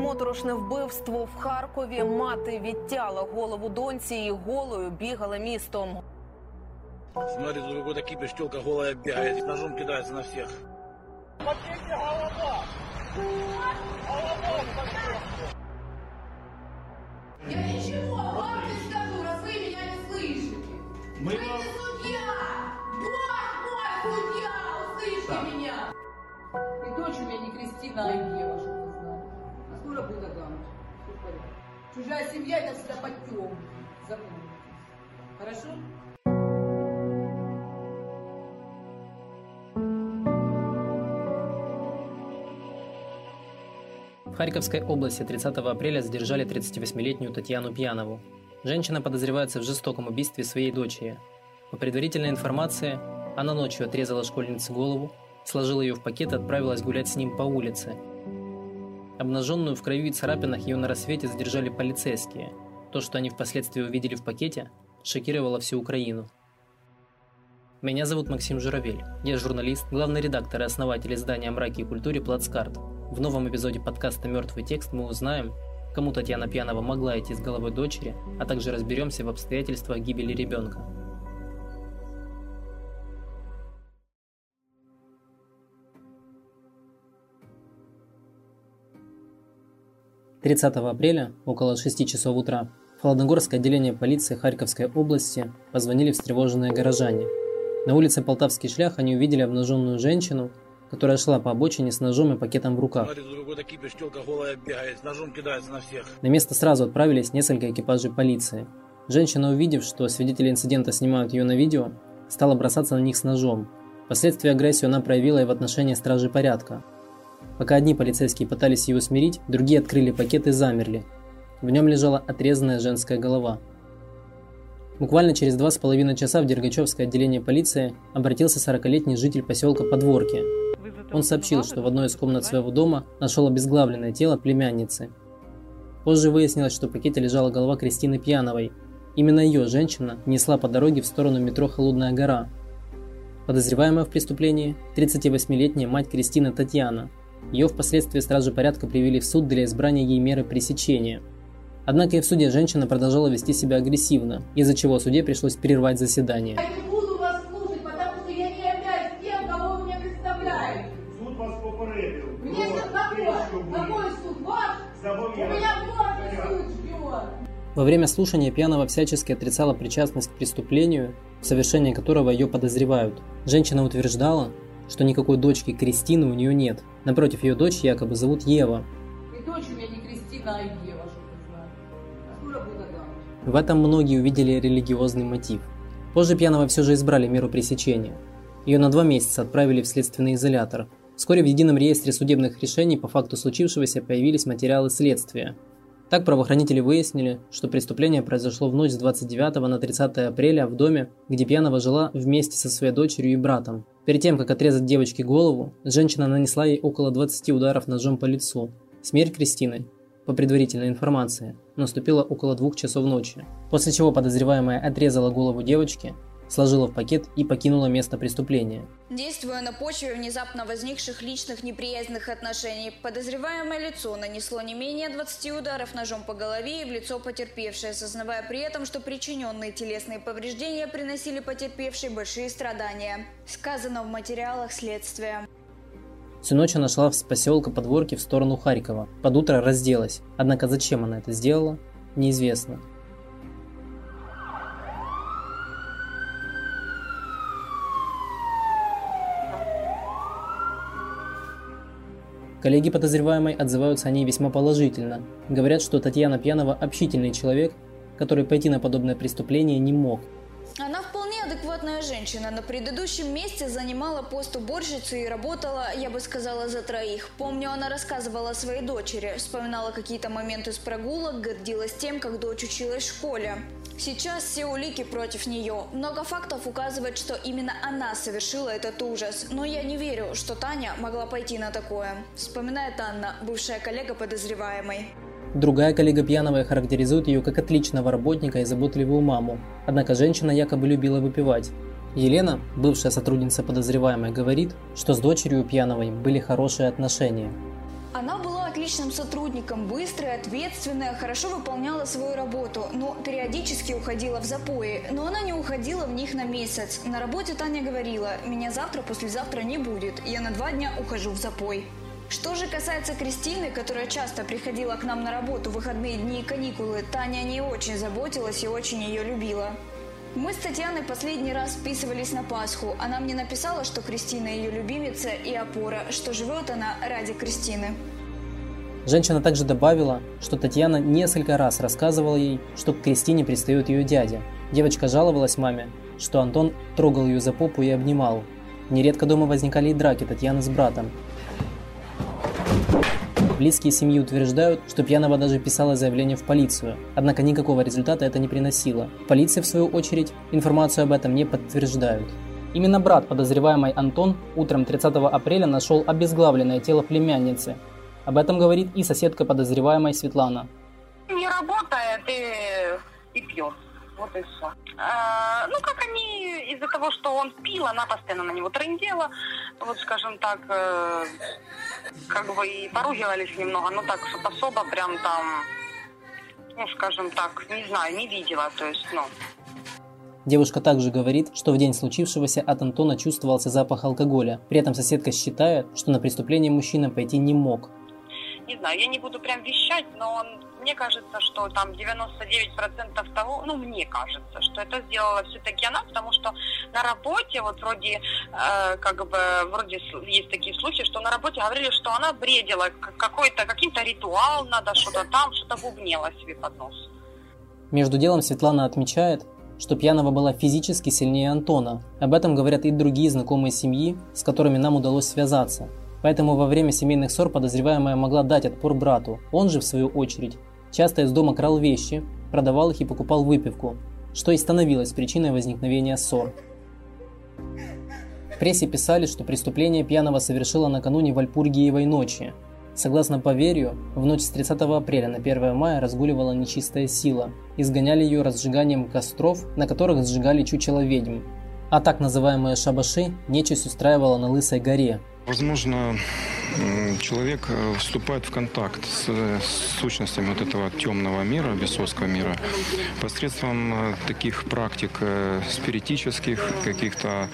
Моторошне вбивство в Харкові. Мати відтяла голову доньці і голою бігала містом. Смотри, тут какой-то кипиш, тёлка голая бегает, ножом кидается на всех. Смотрите, голова! Я ничего вам не скажу, раз вы меня не слышите. Вы не судья! Бог мой судья! Услышьте меня! И дочь у меня не Кристина, а Ева, чтобы вы знали. А скоро будет Адамыч. Все в порядке. Чужая семья — это всегда подтём. Запомните. Хорошо? В Харьковской области 30 апреля задержали 38-летнюю Татьяну Пьянову. Женщина подозревается в жестоком убийстве своей дочери. По предварительной информации, она ночью отрезала школьнице голову, сложила ее в пакет и отправилась гулять с ним по улице. Обнаженную в крови и царапинах ее на рассвете задержали полицейские. То, что они впоследствии увидели в пакете, шокировало всю Украину. Меня зовут Максим Журавель. Я журналист, главный редактор и основатель издания о мраке и культуре «Плацкарт». В новом эпизоде подкаста «Мертвый текст» мы узнаем, кому Татьяна Пьянова могла идти с головой дочери, а также разберемся в обстоятельствах гибели ребенка. «30 апреля, около 6 часов утра, в Холодногорское отделение полиции Харьковской области позвонили встревоженные горожане. На улице Полтавский шлях они увидели обнаженную женщину, которая шла по обочине с ножом и пакетом в руках. Смотри, тут какой-то кипиш, тёлка голая бегает, ножом кидается на всех. На место сразу отправились несколько экипажей полиции. Женщина, увидев, что свидетели инцидента снимают ее на видео, стала бросаться на них с ножом. Впоследствии агрессию она проявила и в отношении стражи порядка. Пока одни полицейские пытались ее усмирить, другие открыли пакет и замерли. В нем лежала отрезанная женская голова. Буквально через 2,5 часа в Дергачевское отделение полиции обратился 40-летний житель поселка Подворки. Он сообщил, что в одной из комнат своего дома нашел обезглавленное тело племянницы. Позже выяснилось, что в пакете лежала голова Кристины Пьяновой. Именно ее женщина несла по дороге в сторону метро «Холодная гора». Подозреваемая в преступлении – 38-летняя мать Кристины Татьяна. Ее впоследствии стражи порядка привели в суд для избрания ей меры пресечения. Однако и в суде женщина продолжала вести себя агрессивно, из-за чего суде пришлось прервать заседание. Я не буду вас слушать, потому что я не являюсь тем, кого вы мне представляете. Суд вас попередив. Мне какой суд? Ваш? У меня мой суд ждет. Во время слушания Пьянова всячески отрицала причастность к преступлению, в совершении которого ее подозревают. Женщина утверждала, что никакой дочки Кристины у нее нет. Напротив, ее дочь якобы зовут Ева. И дочь у меня не Кристина, а Ева, чтобы вы знали. А скоро будет Адамыч. В этом многие увидели религиозный мотив. Позже Пьянова все же избрали меру пресечения. Ее на 2 месяца отправили в следственный изолятор. Вскоре в едином реестре судебных решений по факту случившегося появились материалы следствия. Так правоохранители выяснили, что преступление произошло в ночь с 29 на 30 апреля в доме, где Пьянова жила вместе со своей дочерью и братом. Перед тем, как отрезать девочке голову, женщина нанесла ей около 20 ударов ножом по лицу. Смерть Кристины, по предварительной информации, наступила около 2 часов ночи, после чего подозреваемая отрезала голову девочки, сложила в пакет и покинула место преступления. Действуя на почве внезапно возникших личных неприязненных отношений, подозреваемое лицо нанесло не менее 20 ударов ножом по голове и в лицо потерпевшей, осознавая при этом, что причиненные телесные повреждения приносили потерпевшей большие страдания. Сказано в материалах следствия. Всю ночь она шла с поселка Подворки в сторону Харькова. Под утро разделась. Однако зачем она это сделала, неизвестно. Коллеги подозреваемой отзываются о ней весьма положительно. Говорят, что Татьяна Пьянова общительный человек, который пойти на подобное преступление не мог. Она вполне адекватная женщина. На предыдущем месте занимала пост уборщицы и работала, я бы сказала, за 3. Помню, она рассказывала о своей дочери, вспоминала какие-то моменты с прогулок, гордилась тем, как дочь училась в школе. Сейчас все улики против нее. Много фактов указывает, что именно она совершила этот ужас. Но я не верю, что Таня могла пойти на такое. Вспоминает Анна, бывшая коллега подозреваемой. Другая коллега Пьяновой характеризует ее как отличного работника и заботливую маму. Однако женщина якобы любила выпивать. Елена, бывшая сотрудница подозреваемой, говорит, что с дочерью Пьяновой были хорошие отношения. Она была отличной отличным сотрудником, быстрая, ответственная, хорошо выполняла свою работу, но периодически уходила в запои. Но она не уходила в них на месяц. На работе Таня говорила: «Меня завтра, послезавтра не будет. Я на 2 дня ухожу в запой». Что же касается Кристины, которая часто приходила к нам на работу в выходные дни и каникулы, Таня о ней очень заботилась и очень ее любила. Мы с Татьяной последний раз списывались на Пасху. Она мне написала, что Кристина ее любимица и опора, что живет она ради Кристины. Женщина также добавила, что Татьяна несколько раз рассказывала ей, что к Кристине пристает ее дядя. Девочка жаловалась маме, что Антон трогал ее за попу и обнимал. Нередко дома возникали и драки Татьяны с братом. Близкие семьи утверждают, что Пьянова даже писала заявление в полицию, однако никакого результата это не приносило. Полиция, в свою очередь, информацию об этом не подтверждают. Именно брат подозреваемой Антон утром 30 апреля нашел обезглавленное тело племянницы. Об этом говорит и соседка подозреваемой Светлана. Не работает и пьет. Вот и все. Как они, из-за того, что он пил, она постоянно на него трындела, вот скажем так, и поругивались немного, но так, что особо прям там, скажем так, не знаю, не видела, то есть, Девушка также говорит, что в день случившегося от Антона чувствовался запах алкоголя. При этом соседка считает, что на преступление мужчина пойти не мог. Не знаю, я не буду прям вещать, но мне кажется, что там 99% того, мне кажется, что это сделала все-таки она, потому что на работе, вот вроде есть такие случаи, что на работе говорили, что она бредила каким-то ритуал, надо что-то бубнела себе под нос. Между делом Светлана отмечает, что Пьянова была физически сильнее Антона. Об этом говорят и другие знакомые семьи, с которыми нам удалось связаться. Поэтому во время семейных ссор подозреваемая могла дать отпор брату. Он же, в свою очередь, часто из дома крал вещи, продавал их и покупал выпивку, что и становилось причиной возникновения ссор. В прессе писали, что преступление Пьянова совершила накануне Вальпургиевой ночи. Согласно поверью, в ночь с 30 апреля на 1 мая разгуливала нечистая сила. Изгоняли ее разжиганием костров, на которых сжигали чучело ведьм. А так называемые шабаши нечисть устраивала на Лысой горе. Возможно, человек вступает в контакт с сущностями вот этого темного мира, бесовского мира, посредством таких практик спиритических, каких-то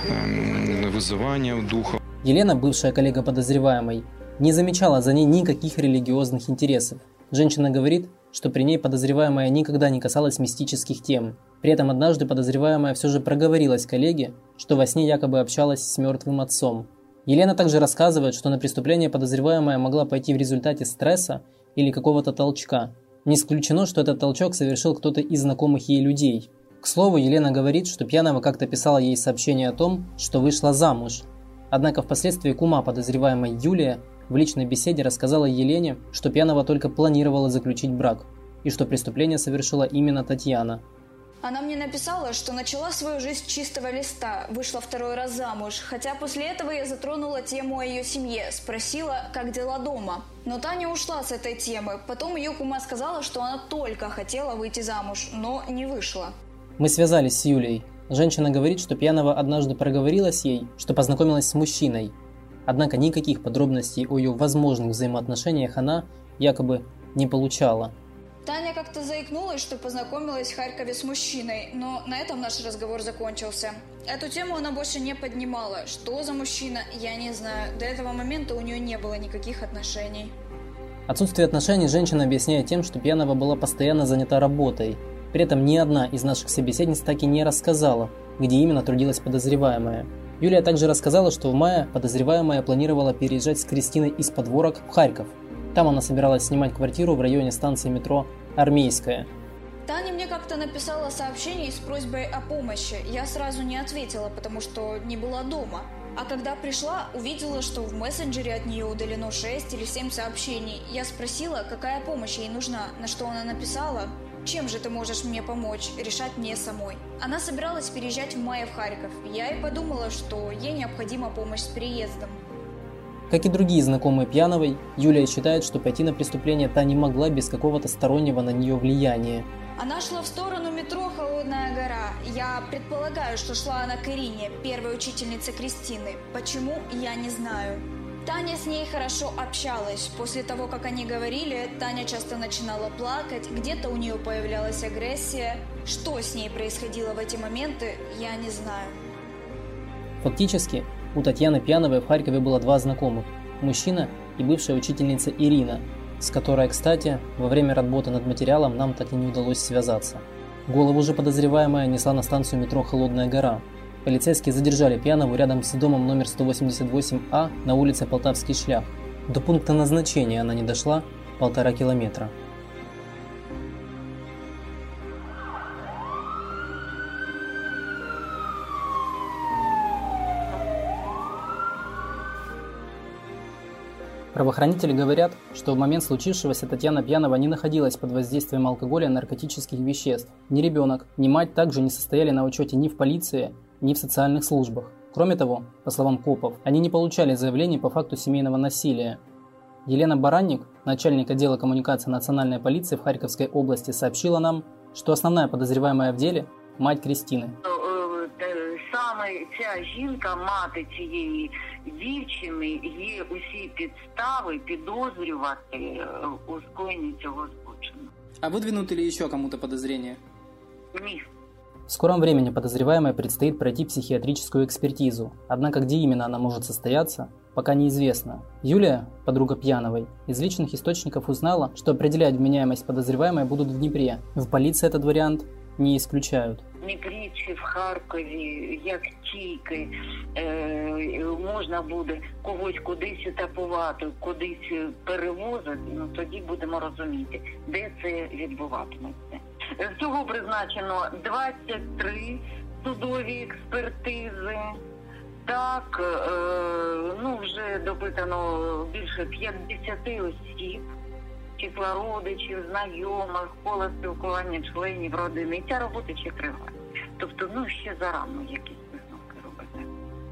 вызываний духов. Елена, бывшая коллега подозреваемой, не замечала за ней никаких религиозных интересов. Женщина говорит, что при ней подозреваемая никогда не касалась мистических тем. При этом однажды подозреваемая все же проговорилась коллеге, что во сне якобы общалась с мертвым отцом. Елена также рассказывает, что на преступление подозреваемая могла пойти в результате стресса или какого-то толчка. Не исключено, что этот толчок совершил кто-то из знакомых ей людей. К слову, Елена говорит, что Пьянова как-то писала ей сообщение о том, что вышла замуж. Однако впоследствии кума подозреваемой Юлия в личной беседе рассказала Елене, что Пьянова только планировала заключить брак, и что преступление совершила именно Татьяна. Она мне написала, что начала свою жизнь с чистого листа, вышла 2-й раз замуж, хотя после этого я затронула тему о ее семье, спросила, как дела дома. Но Таня ушла с этой темы, потом ее кума сказала, что она только хотела выйти замуж, но не вышла. Мы связались с Юлей. Женщина говорит, что Пьянова однажды проговорилась ей, что познакомилась с мужчиной. Однако никаких подробностей о ее возможных взаимоотношениях она якобы не получала. Таня как-то заикнулась, что познакомилась в Харькове с мужчиной, но на этом наш разговор закончился. Эту тему она больше не поднимала. Что за мужчина, я не знаю. До этого момента у нее не было никаких отношений. Отсутствие отношений женщина объясняет тем, что Пьянова была постоянно занята работой. При этом ни одна из наших собеседниц так и не рассказала, где именно трудилась подозреваемая. Юлия также рассказала, что в мае подозреваемая планировала переезжать с Кристиной из Подворок в Харьков. Там она собиралась снимать квартиру в районе станции метро Армейская. Таня мне как-то написала сообщение с просьбой о помощи. Я сразу не ответила, потому что не была дома. А когда пришла, увидела, что в мессенджере от нее удалено 6 или 7 сообщений. Я спросила, какая помощь ей нужна, на что она написала: «Чем же ты можешь мне помочь? Решать мне самой». Она собиралась переезжать в мае в Харьков. Я и подумала, что ей необходима помощь с переездом. Как и другие знакомые Пьяновой, Юлия считает, что пойти на преступление та не могла без какого-то стороннего на нее влияния. Она шла в сторону метро «Холодная гора». Я предполагаю, что шла она к Ирине, первой учительнице Кристины. Почему, я не знаю. Таня с ней хорошо общалась. После того, как они говорили, Таня часто начинала плакать, где-то у нее появлялась агрессия. Что с ней происходило в эти моменты, я не знаю. Фактически, у Татьяны Пьяновой в Харькове было два знакомых – мужчина и бывшая учительница Ирина, с которой, кстати, во время работы над материалом нам так и не удалось связаться. Голову же подозреваемая несла на станцию метро «Холодная гора». Полицейские задержали Пьянову рядом с домом номер 188А на улице Полтавский шлях. До пункта назначения она не дошла 1,5 километра. Правоохранители говорят, что в момент случившегося Татьяна Пьянова не находилась под воздействием алкоголя и наркотических веществ. Ни ребенок, ни мать также не состояли на учете ни в полиции, ни в социальных службах. Кроме того, по словам копов, они не получали заявлений по факту семейного насилия. Елена Баранник, начальник отдела коммуникации национальной полиции в Харьковской области, сообщила нам, что основная подозреваемая в деле – мать Кристины. Саме ця жінка, мати цієї дівчини, є усі підстави підозрювати у скоєнні цього злочину. А выдвинуты ли еще кому-то подозрения? Ні. В скором времени подозреваемой предстоит пройти психиатрическую экспертизу, однако где именно она может состояться, пока неизвестно. Юлия, подруга Пьяновой, из личных источников узнала, что определять вменяемость подозреваемой будут в Днепре. В полиции этот вариант не исключают. В Дніпрі чи в Харкові, як тільки можна буде когось кудись етапувати, кудись перевозити, тоді будемо розуміти, де це відбуватиметься. Всього призначено 23 судові експертизи. Так, вже допитано більше 50 осіб, числа родичів, знайомих, кола спілкування членів родини. І ця робота ще триває. Тобто, ще зарано якісь висновки робити.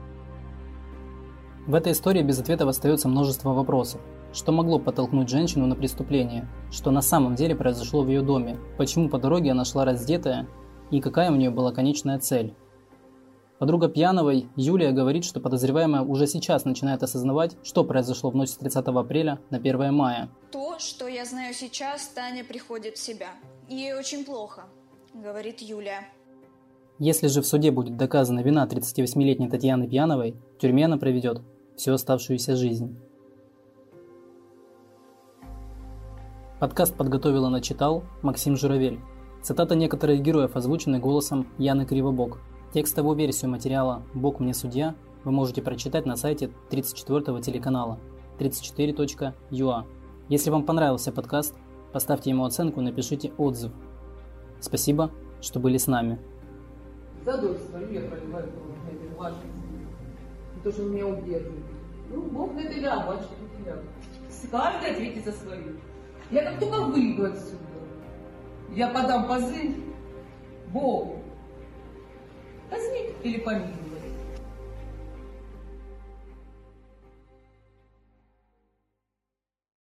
В этой истории без ответов остается множество вопросов. Что могло подтолкнуть женщину на преступление? Что на самом деле произошло в ее доме? Почему по дороге она шла раздетая? И какая у нее была конечная цель? Подруга Пьяновой, Юлия, говорит, что подозреваемая уже сейчас начинает осознавать, что произошло в ночь с 30 апреля на 1 мая. То, что я знаю сейчас, Таня приходит в себя. Ей очень плохо, говорит Юлия. Если же в суде будет доказана вина 38-летней Татьяны Пьяновой, в тюрьме она проведет всю оставшуюся жизнь. Подкаст подготовил и начитал Максим Журавель. Цитата некоторых героев озвучены голосом Яны Кривобок. Текстовую версию материала «Бог мне судья» вы можете прочитать на сайте 34-го телеканала 34.ua. Если вам понравился подкаст, поставьте ему оценку и напишите отзыв. Спасибо, что были с нами. За дочь свою я проливаю кровь, я говорю, ваши то, что он меня удерживает. Бог на тебя, батюшка на тебя. Каждый ответит за свою. Я как только выйду отсюда, я подам позыв Богу. Казни или помилуй.